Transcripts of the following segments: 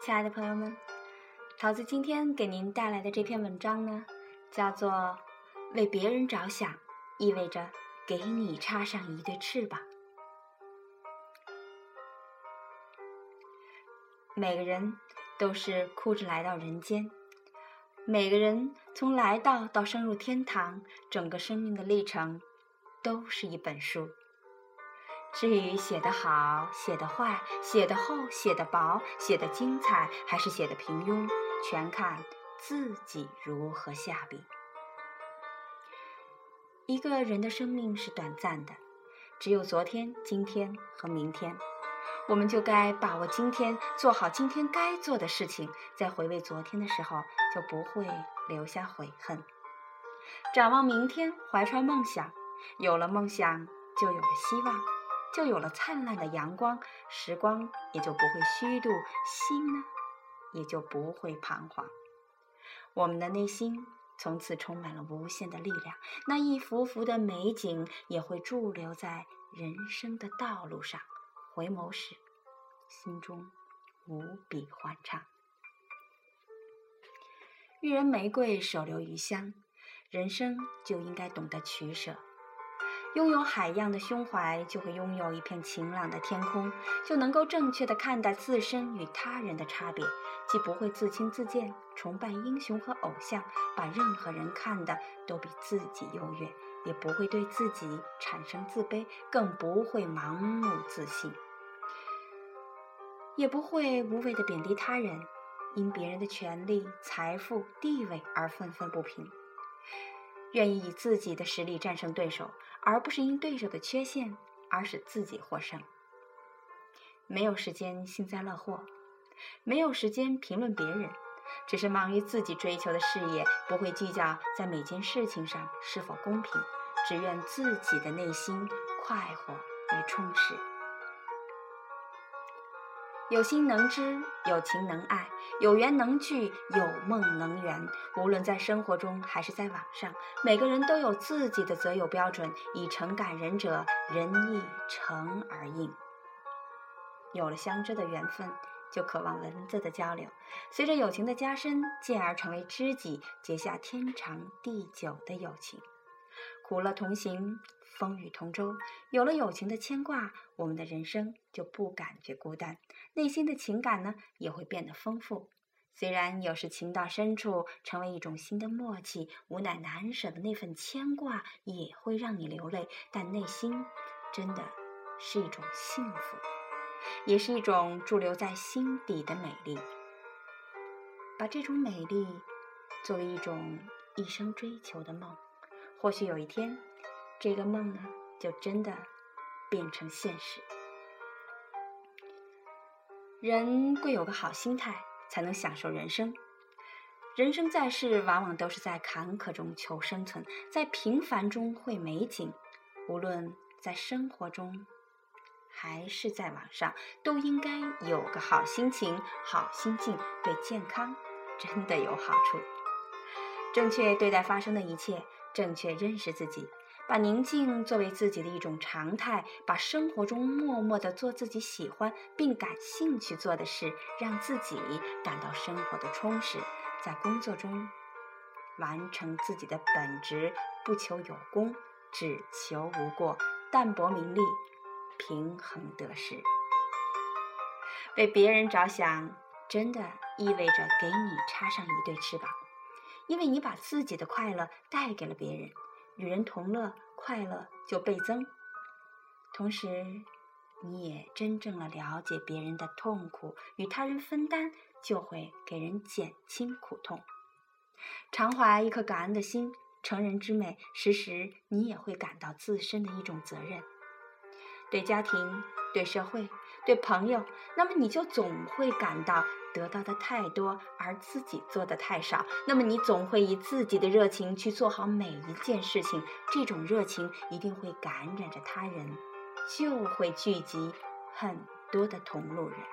亲爱的朋友们，桃子今天给您带来的这篇文章呢，叫做为别人着想，意味着给你插上一对翅膀。每个人都是哭着来到人间，每个人从来到升入天堂，整个生命的历程都是一本书。至于写得好，写得坏，写得厚，写得薄，写得精彩，还是写得平庸，全看自己如何下笔。一个人的生命是短暂的，只有昨天、今天和明天，我们就该把握今天，做好今天该做的事情，在回味昨天的时候，就不会留下悔恨。展望明天，怀揣梦想，有了梦想，就有了希望，就有了灿烂的阳光，时光也就不会虚度，心呢，也就不会彷徨。我们的内心从此充满了无限的力量，那一幅幅的美景也会驻留在人生的道路上，回眸时，心中无比欢畅。予人玫瑰，手留余香，人生就应该懂得取舍。拥有海洋的胸怀，就会拥有一片晴朗的天空，就能够正确地看待自身与他人的差别，既不会自轻自贱，崇拜英雄和偶像，把任何人看的都比自己优越，也不会对自己产生自卑，更不会盲目自信，也不会无谓地贬低他人，因别人的权利、财富、地位而愤愤不平。愿意以自己的实力战胜对手，而不是因对手的缺陷而使自己获胜。没有时间幸灾乐祸，没有时间评论别人，只是忙于自己追求的事业，不会计较在每件事情上是否公平，只愿自己的内心快活与充实。有心能知，有情能爱，有缘能聚，有梦能圆。无论在生活中还是在网上，每个人都有自己的择友标准，以诚感人者，人亦诚而应。有了相知的缘分，就渴望文字的交流，随着友情的加深，进而成为知己，结下天长地久的友情。苦乐同行，风雨同舟，有了友情的牵挂，我们的人生就不感觉孤单，内心的情感呢也会变得丰富。虽然有时情到深处成为一种新的默契，无奈难舍的那份牵挂也会让你流泪，但内心真的是一种幸福，也是一种驻留在心底的美丽。把这种美丽作为一种一生追求的梦，或许有一天，这个梦呢，就真的变成现实。人贵有个好心态，才能享受人生。人生在世，往往都是在坎坷中求生存，在平凡中绘美景。无论在生活中，还是在网上，都应该有个好心情、好心境，对健康真的有好处。正确对待发生的一切，正确认识自己，把宁静作为自己的一种常态，把生活中默默地做自己喜欢并感兴趣做的事，让自己感到生活的充实，在工作中完成自己的本职，不求有功，只求无过，淡泊名利，平衡得失。为别人着想，真的意味着给你插上一对翅膀，因为你把自己的快乐带给了别人，与人同乐，快乐就倍增。同时，你也真正了解别人的痛苦，与他人分担，就会给人减轻苦痛。常怀一颗感恩的心，成人之美，时时你也会感到自身的一种责任。对家庭，对社会，对朋友，那么你就总会感到得到的太多，而自己做的太少，那么你总会以自己的热情去做好每一件事情，这种热情一定会感染着他人，就会聚集很多的同路人。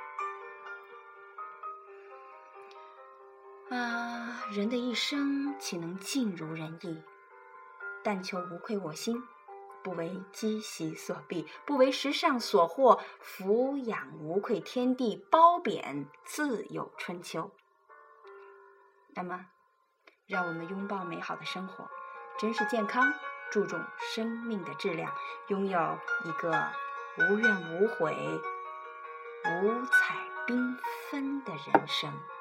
人的一生岂能尽如人意？但求无愧我心， 不为积习所逼，不为时尚所惑，俯仰无愧天地，褒贬自有春秋。那么，让我们拥抱美好的生活，珍视健康，注重生命的质量，拥有一个无怨无悔、五彩缤纷的人生。